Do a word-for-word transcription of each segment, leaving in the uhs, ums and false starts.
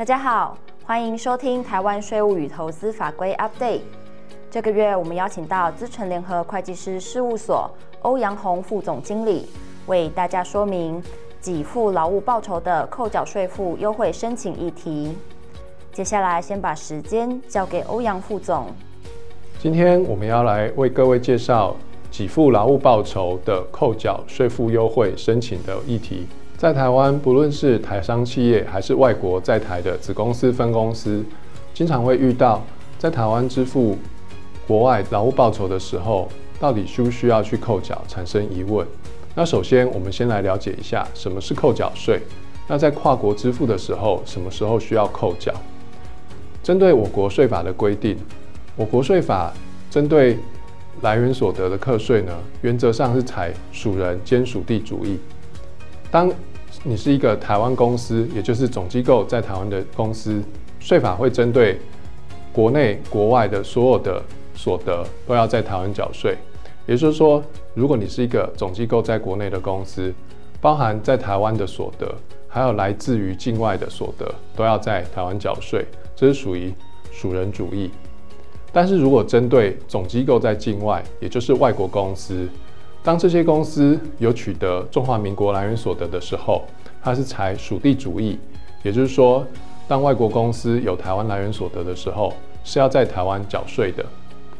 家好，欢迎收听台湾税务与投资法规 Update。这个月我们邀请到资诚联合会计师事务所欧阳宏副总经理，为大家说明给付劳务报酬的扣缴税负优惠申请议题。接下来先把时间交给欧阳副总。 今天我们要来为各位介绍给付劳务报酬的扣缴税负优惠申请的议题。在台湾，不论是台商企业还是外国在台的子公司、分公司，经常会遇到在台湾支付国外劳务报酬的时候，到底需不需要去扣缴，产生疑问。那首先，我们先来了解一下什么是扣缴税。那在跨国支付的时候，什么时候需要扣缴？针对我国税法的规定，我国税法针对来源所得的课税呢，原则上是采属人兼属地主义。当你是一个台湾公司，也就是总机构在台湾的公司，税法会针对国内国外的所有的所得都要在台湾缴税。也就是说，如果你是一个总机构在国内的公司，包含在台湾的所得，还有来自于境外的所得，都要在台湾缴税，这是属于属人主义。但是如果针对总机构在境外，也就是外国公司，当这些公司有取得中华民国来源所得的时候，它是采属地主义，也就是说，当外国公司有台湾来源所得的时候，是要在台湾缴税的。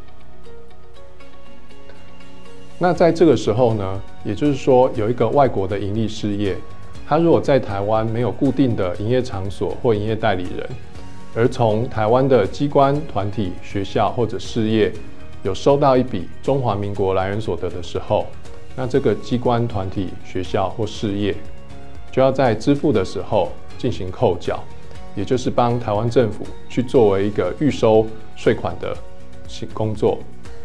那在这个时候呢，也就是说，有一个外国的营利事业，它如果在台湾没有固定的营业场所或营业代理人，而从台湾的机关、团体、学校或者事业有收到一笔中华民国来源所得的时候，那这个机关、团体、学校或事业就要在支付的时候进行扣缴，也就是帮台湾政府去作为一个预收税款的工作。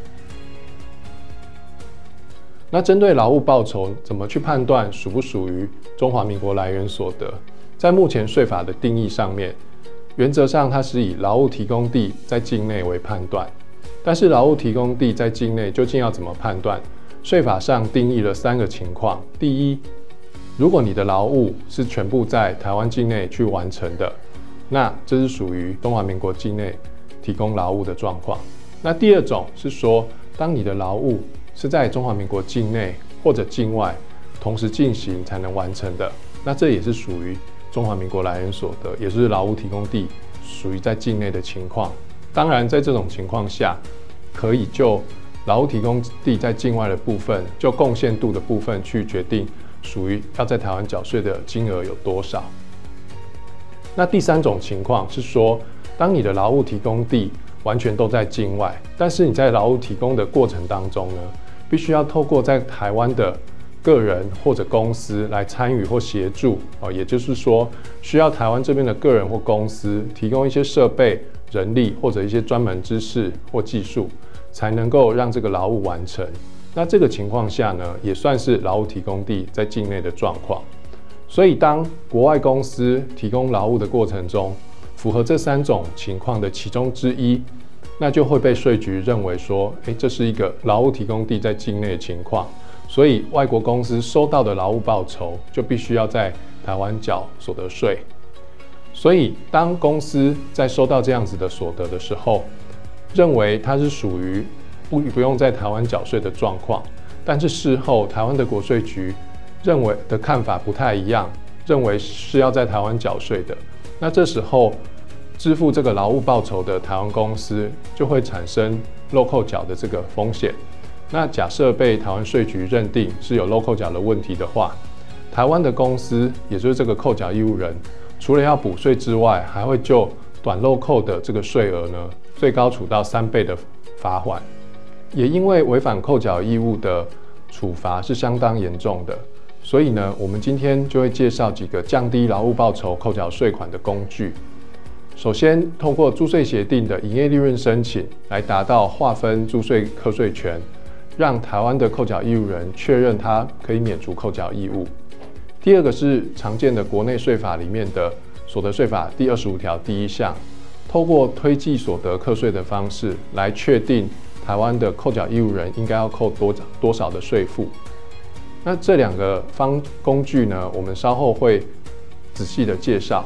那针对劳务报酬，怎么去判断属不属于中华民国来源所得？在目前税法的定义上面，原则上它是以劳务提供地在境内为判断。但是劳务提供地在境内究竟要怎么判断？税法上定义了三个情况。第一，如果你的劳务是全部在台湾境内去完成的，那这是属于中华民国境内提供劳务的状况。那第二种是说，当你的劳务是在中华民国境内或者境外同时进行才能完成的，那这也是属于中华民国来源所得，也就是劳务提供地属于在境内的情况。当然，在这种情况下，可以就劳务提供地在境外的部分，就贡献度的部分去决定属于要在台湾缴税的金额有多少。那第三种情况是说，当你的劳务提供地完全都在境外，但是你在劳务提供的过程当中呢，必须要透过在台湾的个人或者公司来参与或协助，也就是说，需要台湾这边的个人或公司提供一些设备、人力或者一些专门知识或技术，才能够让这个劳务完成。那这个情况下呢，也算是劳务提供地在境内的状况。所以，当国外公司提供劳务的过程中，符合这三种情况的其中之一，那就会被税局认为说，诶，这是一个劳务提供地在境内的情况。所以，外国公司收到的劳务报酬就必须要在台湾缴所得税。所以，当公司在收到这样子的所得的时候，认为它是属于不不用在台湾缴税的状况，但是事后台湾的国税局认为的看法不太一样，认为是要在台湾缴税的。那这时候支付这个劳务报酬的台湾公司就会产生漏扣缴的这个风险。那假设被台湾税局认定是有漏扣缴的问题的话，台湾的公司，也就是这个扣缴义务人，除了要补税之外，还会就短漏扣的这个税额呢，最高处到三倍的罚款。也因为违反扣缴义务的处罚是相当严重的，所以呢，我们今天就会介绍几个降低劳务报酬扣缴税款的工具。首先，透过租税协定的营业利润申请，来达到划分租税课税权，让台湾的扣缴义务人确认他可以免除扣缴义务。第二个是常见的国内税法里面的所得税法第二十五条第一项，透过推计所得课税的方式来确定台湾的扣缴义务人应该要扣多多少的税负。那这两个方工具呢，我们稍后会仔细的介绍。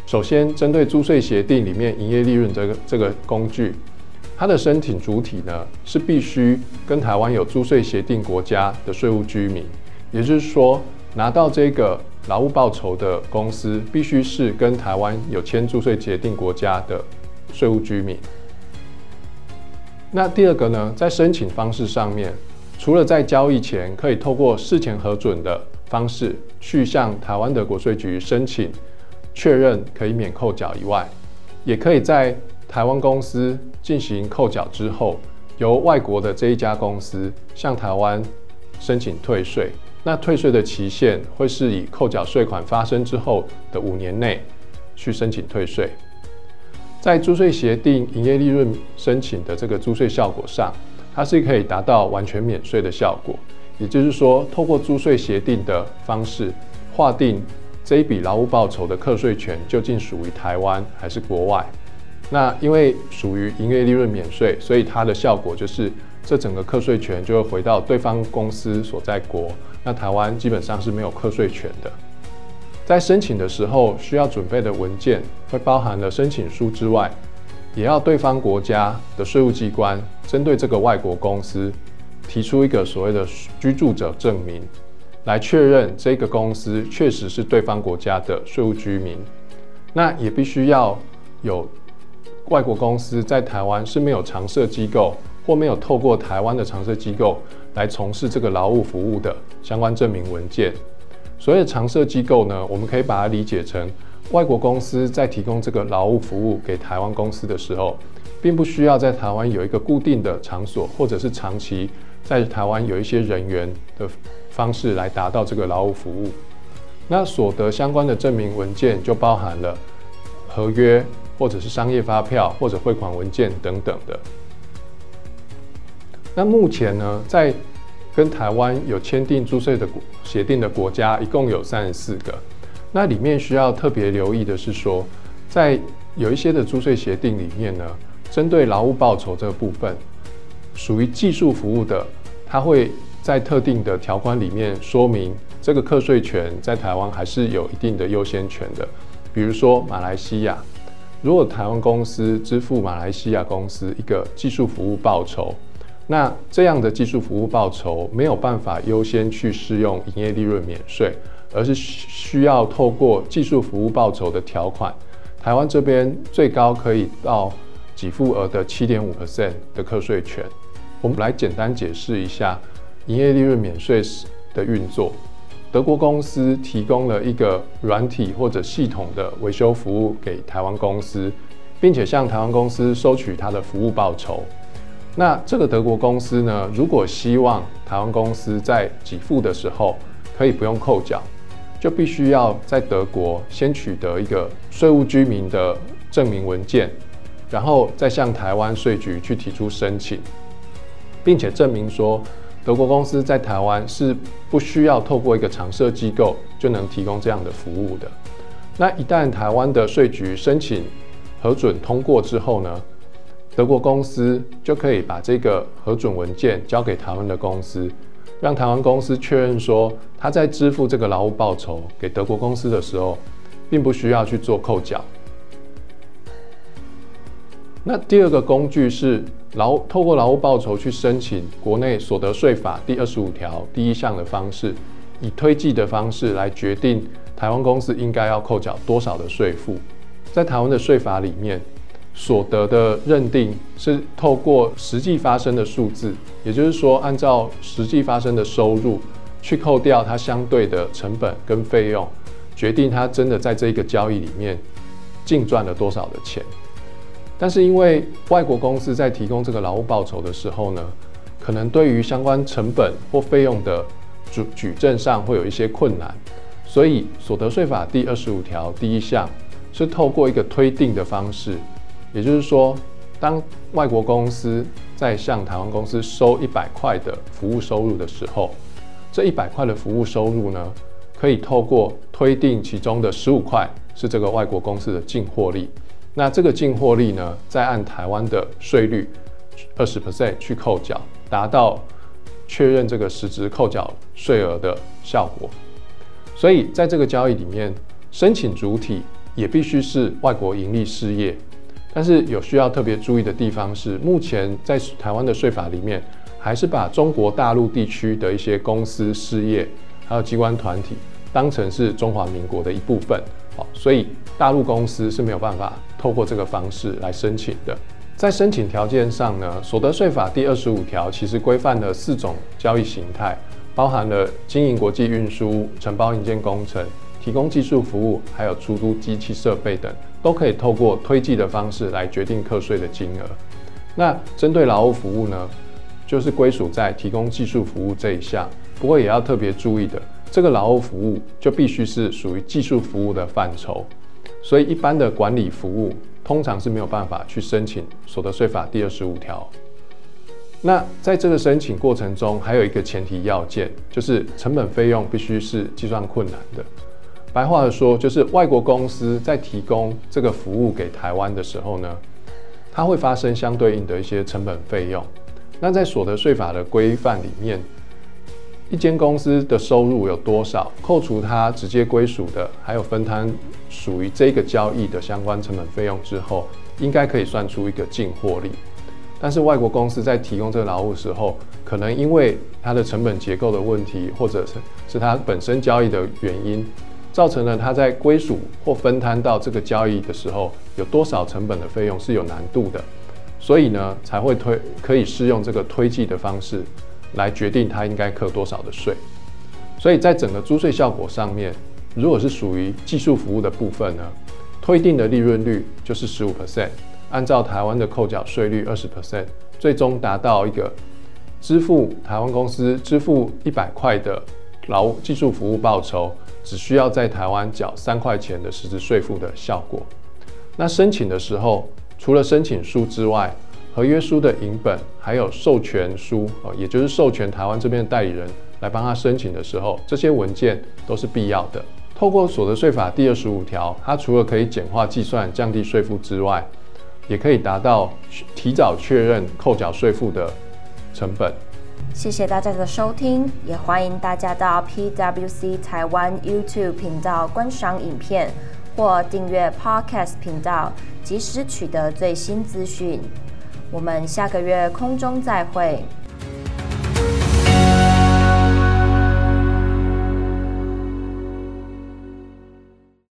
首先，针对租税协定里面营业利润这个这个工具，它的申请主体呢是必须跟台湾有租税协定国家的税务居民，也就是说，拿到这个劳务报酬的公司必须是跟台湾有签租税协定国家的税务居民。那第二个呢，在申请方式上面，除了在交易前可以透过事前核准的方式去向台湾的国税局申请确认可以免扣缴以外，也可以在台湾公司进行扣缴之后，由外国的这一家公司向台湾申请退税。那退税的期限会是以扣缴税款发生之后的五年内去申请退税。在租税协定营业利润申请的这个租税效果上，它是可以达到完全免税的效果。也就是说，透过租税协定的方式划定这一笔劳务报酬的课税权究竟属于台湾还是国外。那因为属于营业利润免税，所以它的效果就是这整个课税权就会回到对方公司所在国，那台湾基本上是没有课税权的。在申请的时候需要准备的文件会包含了申请书之外，也要对方国家的税务机关针对这个外国公司提出一个所谓的居住者证明，来确认这个公司确实是对方国家的税务居民。那也必须要有外国公司在台湾是没有常设机构或没有透过台湾的常设机构来从事这个劳务服务的相关证明文件。所谓的常设机构呢，我们可以把它理解成外国公司在提供这个劳务服务给台湾公司的时候，并不需要在台湾有一个固定的场所，或者是长期在台湾有一些人员的方式来达到这个劳务服务。那所得相关的证明文件就包含了合约，或者是商业发票，或者汇款文件等等的。那目前呢，在跟台湾有签订租税的协定的国家一共有三十四个。那里面需要特别留意的是说，在有一些的租税协定里面呢，针对劳务报酬这个部分，属于技术服务的，它会在特定的条款里面说明这个课税权在台湾还是有一定的优先权的。比如说马来西亚，如果台湾公司支付马来西亚公司一个技术服务报酬，那这样的技术服务报酬没有办法优先去适用营业利润免税，而是需要透过技术服务报酬的条款，台湾这边最高可以到给付额的 百分之七点五 的课税权。我们来简单解释一下营业利润免税的运作。德国公司提供了一个软体或者系统的维修服务给台湾公司，并且向台湾公司收取它的服务报酬。那这个德国公司呢，如果希望台湾公司在给付的时候可以不用扣缴，就必须要在德国先取得一个税务居民的证明文件，然后再向台湾税局去提出申请，并且证明说德国公司在台湾是不需要透过一个常设机构就能提供这样的服务的。那一旦台湾的税局申请核准通过之后呢，德国公司就可以把这个核准文件交给台湾的公司，让台湾公司确认说他在支付这个劳务报酬给德国公司的时候，并不需要去做扣缴。那第二个工具是劳透过劳务报酬去申请国内所得税法第二十五条第一项的方式，以推计的方式来决定台湾公司应该要扣缴多少的税负。在台湾的税法里面，所得的认定是透过实际发生的数字，也就是说按照实际发生的收入去扣掉它相对的成本跟费用，决定它真的在这个交易里面净赚了多少的钱。但是因为外国公司在提供这个劳务报酬的时候呢，可能对于相关成本或费用的举证上会有一些困难，所以所得税法第二十五条第一项是透过一个推定的方式，也就是说，当外国公司在向台湾公司收一百块的服务收入的时候，这一百块的服务收入呢，可以透过推定其中的十五块是这个外国公司的净获利。那这个净获利呢，再按台湾的税率 百分之二十 去扣缴，达到确认这个实质扣缴税额的效果。所以在这个交易里面，申请主体也必须是外国盈利事业。但是有需要特别注意的地方是，目前在台湾的税法里面，还是把中国大陆地区的一些公司事业还有机关团体当成是中华民国的一部分，所以大陆公司是没有办法透过这个方式来申请的。在申请条件上呢，所得税法第二十五条其实规范了四种交易形态，包含了经营国际运输、承包营建工程、提供技术服务，还有出租机器设备等，都可以透过推计的方式来决定课税的金额。那针对劳务服务呢，就是归属在提供技术服务这一项。不过也要特别注意的，这个劳务服务就必须是属于技术服务的范畴，所以一般的管理服务通常是没有办法去申请所得税法第二十五条。那在这个申请过程中，还有一个前提要件，就是成本费用必须是计算困难的。白话的说，就是外国公司在提供这个服务给台湾的时候呢，它会发生相对应的一些成本费用。那在所得税法的规范里面，一间公司的收入有多少，扣除它直接归属的，还有分摊属于这个交易的相关成本费用之后，应该可以算出一个净获利。但是外国公司在提供这个劳务的时候，可能因为它的成本结构的问题，或者是是它本身交易的原因，造成了它在归属或分摊到这个交易的时候，有多少成本的费用是有难度的，所以呢才会推可以适用这个推计的方式来决定它应该课多少的税。所以在整个租税效果上面，如果是属于技术服务的部分呢，推定的利润率就是 百分之十五， 按照台湾的扣缴税率 百分之二十， 最终达到一个支付台湾公司支付一百块的劳技术服务报酬，只需要在台湾缴三块钱的实质税负的效果。那申请的时候，除了申请书之外，合约书的影本还有授权书，也就是授权台湾这边的代理人来帮他申请的时候，这些文件都是必要的。透过所得税法第二十五条，它除了可以简化计算、降低税负之外，也可以达到提早确认扣缴税负的成本。 谢谢大家的收听，也欢迎大家到 P W C 台湾 YouTube 频道观赏影片，或订阅 Podcast 频道，及时取得最新资讯。我们下个月空中再会。